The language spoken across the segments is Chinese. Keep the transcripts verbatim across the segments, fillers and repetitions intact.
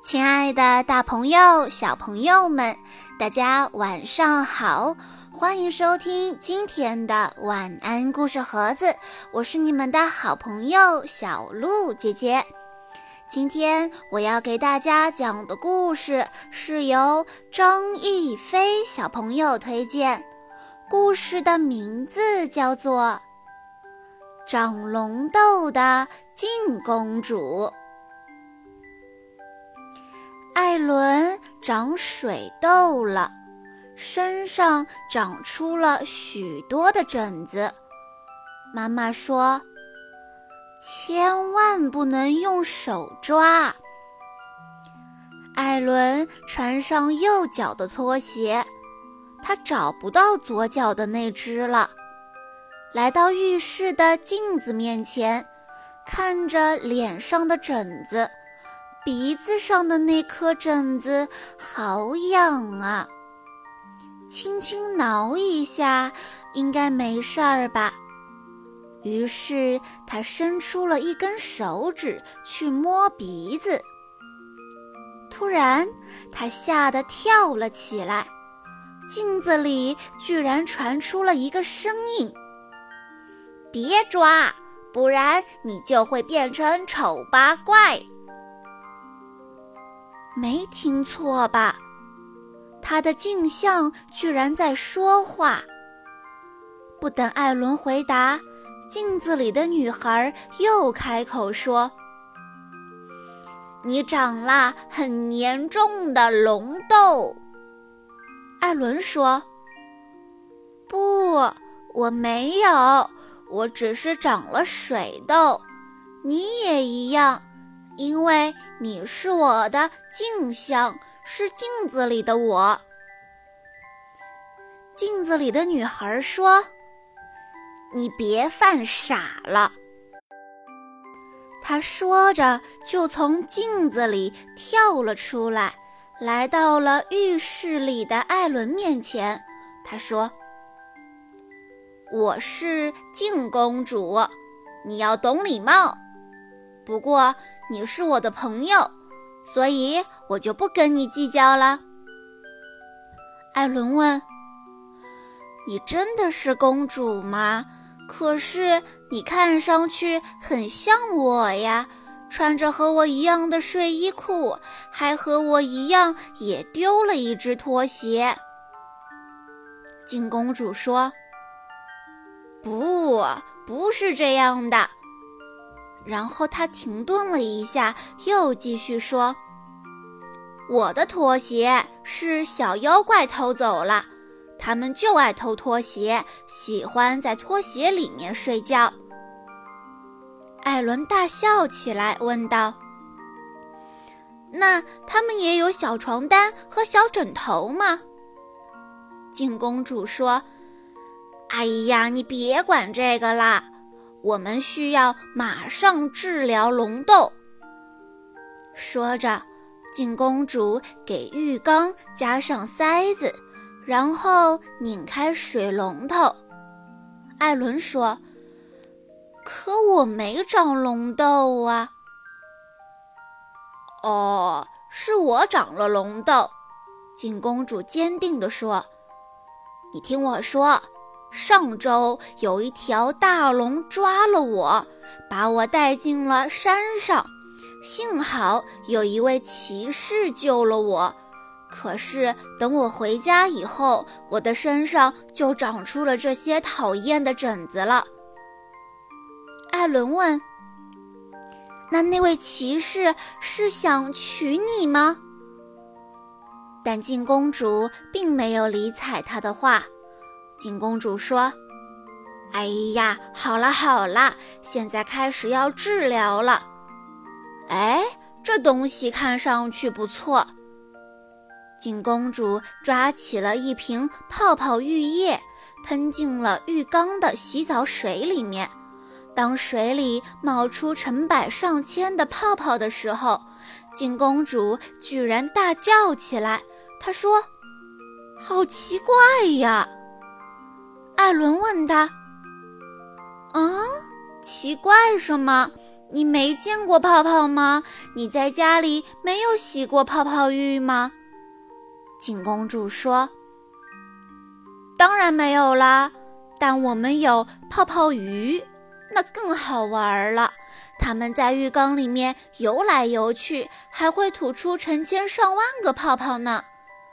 亲爱的大朋友小朋友们，大家晚上好，欢迎收听今天的晚安故事盒子，我是你们的好朋友小鹿姐姐。今天我要给大家讲的故事是由张逸飞小朋友推荐，故事的名字叫做长龙豆的静公主。艾伦长水痘了，身上长出了许多的疹子。妈妈说，千万不能用手抓。艾伦穿上右脚的拖鞋，他找不到左脚的那只了。来到浴室的镜子面前，看着脸上的疹子，鼻子上的那颗疹子好痒啊，轻轻挠一下，应该没事儿吧。于是他伸出了一根手指去摸鼻子，突然他吓得跳了起来，镜子里居然传出了一个声音：别抓，不然你就会变成丑八怪。没听错吧？他的镜像居然在说话。不等艾伦回答，镜子里的女孩又开口说：你长了很严重的龙痘。艾伦说：不，我没有，我只是长了水痘，你也一样，因为你是我的镜像，是镜子里的我。镜子里的女孩说：你别犯傻了。她说着就从镜子里跳了出来，来到了浴室里的艾伦面前。她说：我是静公主，你要懂礼貌，不过你是我的朋友，所以我就不跟你计较了。艾伦问：你真的是公主吗？可是你看上去很像我呀，穿着和我一样的睡衣裤，还和我一样也丢了一只拖鞋。静公主说：不，不是这样的。然后她停顿了一下，又继续说：我的拖鞋是小妖怪偷走了，他们就爱偷拖鞋，喜欢在拖鞋里面睡觉。艾伦大笑起来，问道：那他们也有小床单和小枕头吗？静公主说：哎呀，你别管这个啦，我们需要马上治疗龙痘。说着，静公主给浴缸加上塞子，然后拧开水龙头。艾伦说：可我没长龙痘啊。哦，是我长了龙痘，静公主坚定地说。你听我说，上周有一条大龙抓了我，把我带进了山上，幸好有一位骑士救了我，可是等我回家以后，我的身上就长出了这些讨厌的疹子了。艾伦问：那那位骑士是想娶你吗？但静公主并没有理睬他的话。静公主说：哎呀，好了好了，现在开始要治疗了。哎，这东西看上去不错。静公主抓起了一瓶泡泡浴液，喷进了浴缸的洗澡水里面。当水里冒出成百上千的泡泡的时候，静公主居然大叫起来。她说：好奇怪呀。艾伦问她：啊，奇怪什么？ 你没见过泡泡吗？你在家里没有洗过泡泡浴吗？金公主说，当然没有啦，但我们有泡泡鱼，那更好玩了。它们在浴缸里面游来游去，还会吐出成千上万个泡泡呢。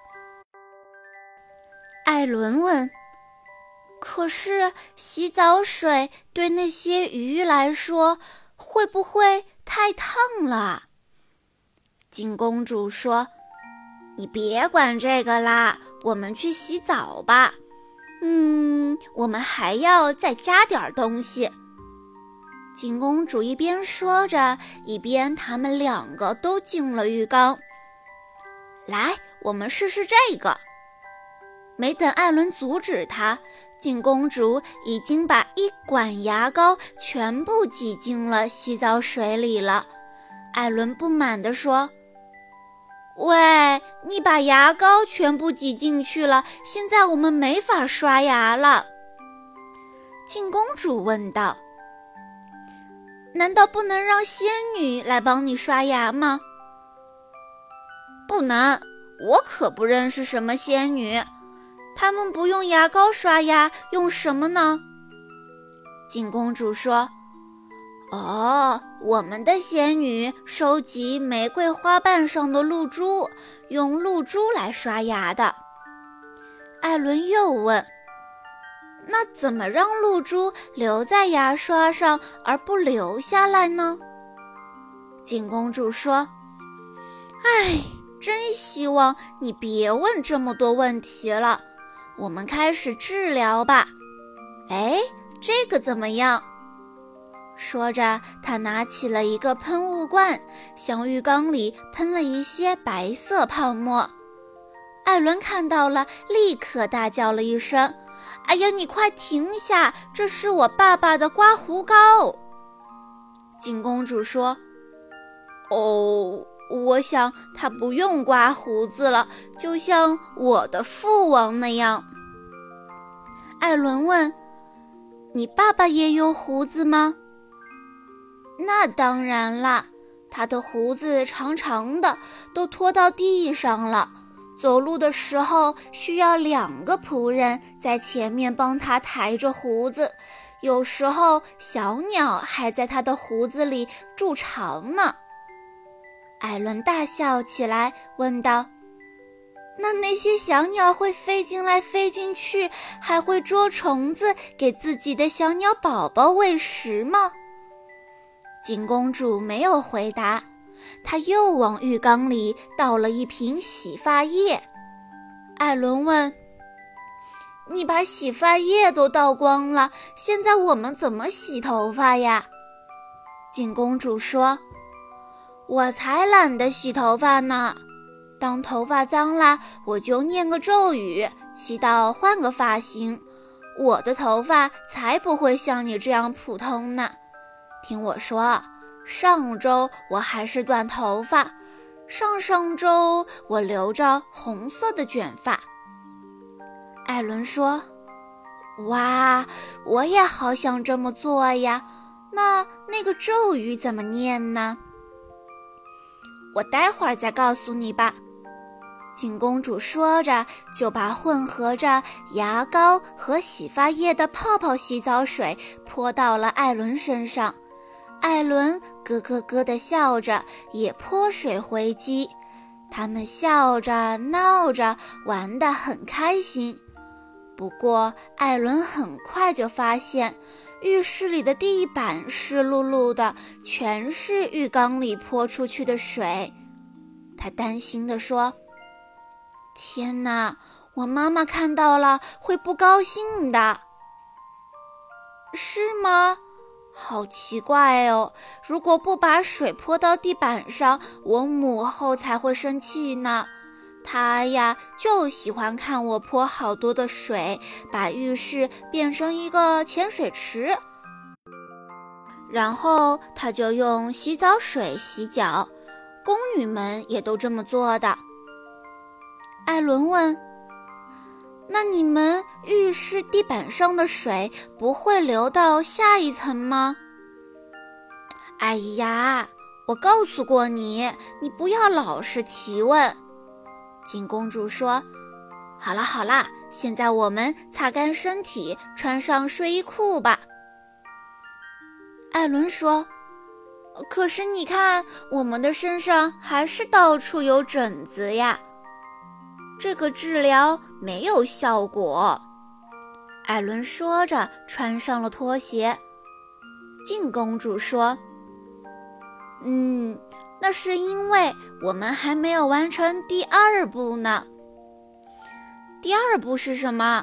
艾伦问，可是洗澡水对那些鱼来说会不会太烫了？金公主说，你别管这个啦，我们去洗澡吧。嗯，我们还要再加点东西。金公主一边说着，一边他们两个都进了浴缸。来，我们试试这个。没等艾伦阻止她，金公主已经把一管牙膏全部挤进了洗澡水里了。艾伦不满地说，喂，你把牙膏全部挤进去了，现在我们没法刷牙了。金公主问道，难道不能让仙女来帮你刷牙吗？不能，我可不认识什么仙女，他们不用牙膏刷牙，用什么呢？金公主说，哦，我们的仙女收集玫瑰花瓣上的露珠，用露珠来刷牙的。艾伦又问，那怎么让露珠留在牙刷上而不流下来呢？金公主说，唉，真希望你别问这么多问题了，我们开始治疗吧。哎，这个怎么样？说着，她拿起了一个喷雾罐，向浴缸里喷了一些白色泡沫。艾伦看到了，立刻大叫了一声，哎呀，你快停下，这是我爸爸的刮胡膏。金公主说，哦，我想他不用刮胡子了，就像我的父王那样。艾伦问，你爸爸也有胡子吗？那当然啦，他的胡子长长的，都拖到地上了，走路的时候需要两个仆人在前面帮他抬着胡子，有时候小鸟还在他的胡子里筑巢呢。艾伦大笑起来，问道，那那些小鸟会飞进来飞进去，还会捉虫子给自己的小鸟宝宝喂食吗？金公主没有回答，她又往浴缸里倒了一瓶洗发液。艾伦问，你把洗发液都倒光了，现在我们怎么洗头发呀？金公主说，我才懒得洗头发呢，当头发脏了，我就念个咒语，祈祷换个发型，我的头发才不会像你这样普通呢。听我说，上周我还是短头发，上上周我留着红色的卷发。艾伦说，哇，我也好想这么做呀，那那个咒语怎么念呢？我待会儿再告诉你吧。金公主说着，就把混合着牙膏和洗发液的泡泡洗澡水泼到了艾伦身上。艾伦咯咯咯地笑着，也泼水回击。他们笑着闹着，玩得很开心。不过艾伦很快就发现，浴室里的地板湿漉漉的，全是浴缸里泼出去的水。他担心地说，天哪，我妈妈看到了会不高兴的。是吗？好奇怪哦，如果不把水泼到地板上，我母后才会生气呢。她呀，就喜欢看我泼好多的水，把浴室变成一个潜水池。然后她就用洗澡水洗脚，宫女们也都这么做的。艾伦问，那你们浴室地板上的水不会流到下一层吗？ 哎呀，我告诉过你，你不要老是提问。金公主说，好啦好啦，现在我们擦干身体，穿上睡衣裤吧。艾伦说，可是你看，我们的身上还是到处有疹子呀。这个治疗没有效果。艾伦说着穿上了拖鞋。静公主说，嗯，那是因为我们还没有完成第二步呢。第二步是什么？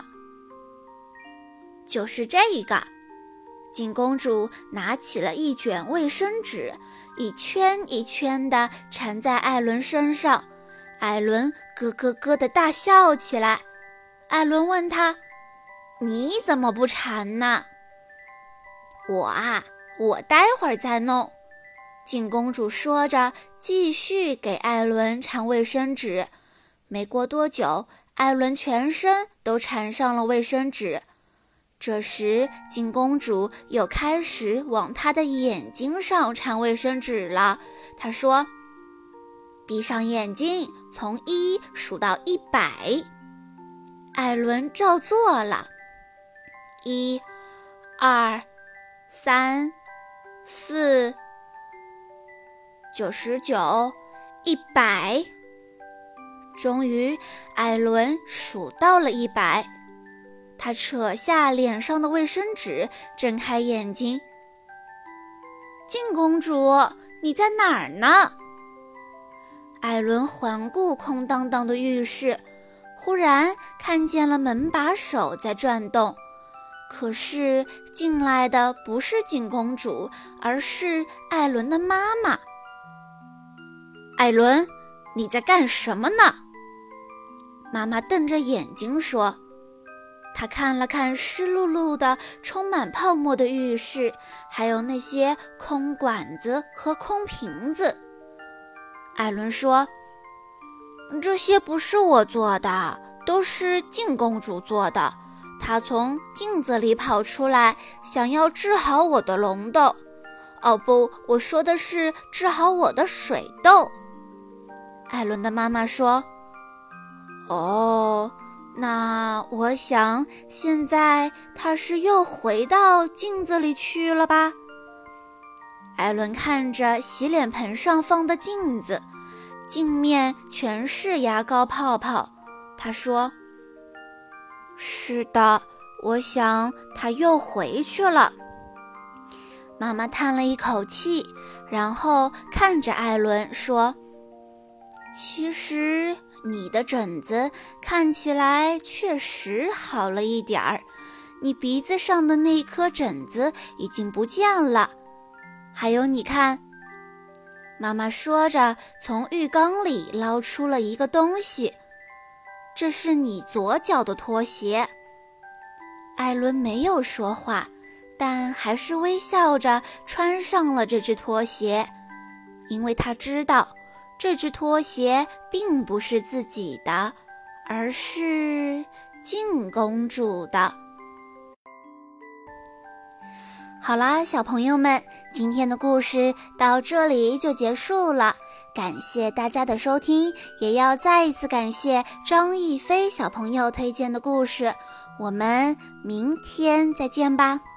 就是这个。金公主拿起了一卷卫生纸，一圈一圈地缠在艾伦身上。艾伦咯咯咯地大笑起来。艾伦问他，你怎么不缠呢？我啊，我待会儿再弄。静公主说着，继续给艾伦缠卫生纸。没过多久，艾伦全身都缠上了卫生纸。这时，金公主又开始往他的眼睛上缠卫生纸了。她说，闭上眼睛，从一数到一百。艾伦照做了。一、二、三、四、九十九、一百。终于，艾伦数到了一百。他扯下脸上的卫生纸，睁开眼睛。静公主，你在哪儿呢？艾伦环顾空荡荡的浴室，忽然看见了门把手在转动。可是进来的不是静公主，而是艾伦的妈妈。艾伦，你在干什么呢？妈妈瞪着眼睛说。她看了看湿漉漉的、充满泡沫的浴室，还有那些空管子和空瓶子。艾伦说，这些不是我做的，都是静公主做的。她从镜子里跑出来，想要治好我的龙痘。哦不，我说的是治好我的水痘。艾伦的妈妈说，哦，那我想现在她是又回到镜子里去了吧？艾伦看着洗脸盆上放的镜子，镜面全是牙膏泡泡。他说，是的，我想她又回去了。妈妈叹了一口气，然后看着艾伦说，其实你的疹子看起来确实好了一点儿，你鼻子上的那颗疹子已经不见了。还有你看，妈妈说着从浴缸里捞出了一个东西，这是你左脚的拖鞋。艾伦没有说话，但还是微笑着穿上了这只拖鞋，因为他知道这只拖鞋并不是自己的，而是静公主的。好啦，小朋友们，今天的故事到这里就结束了，感谢大家的收听，也要再一次感谢张逸飞小朋友推荐的故事，我们明天再见吧。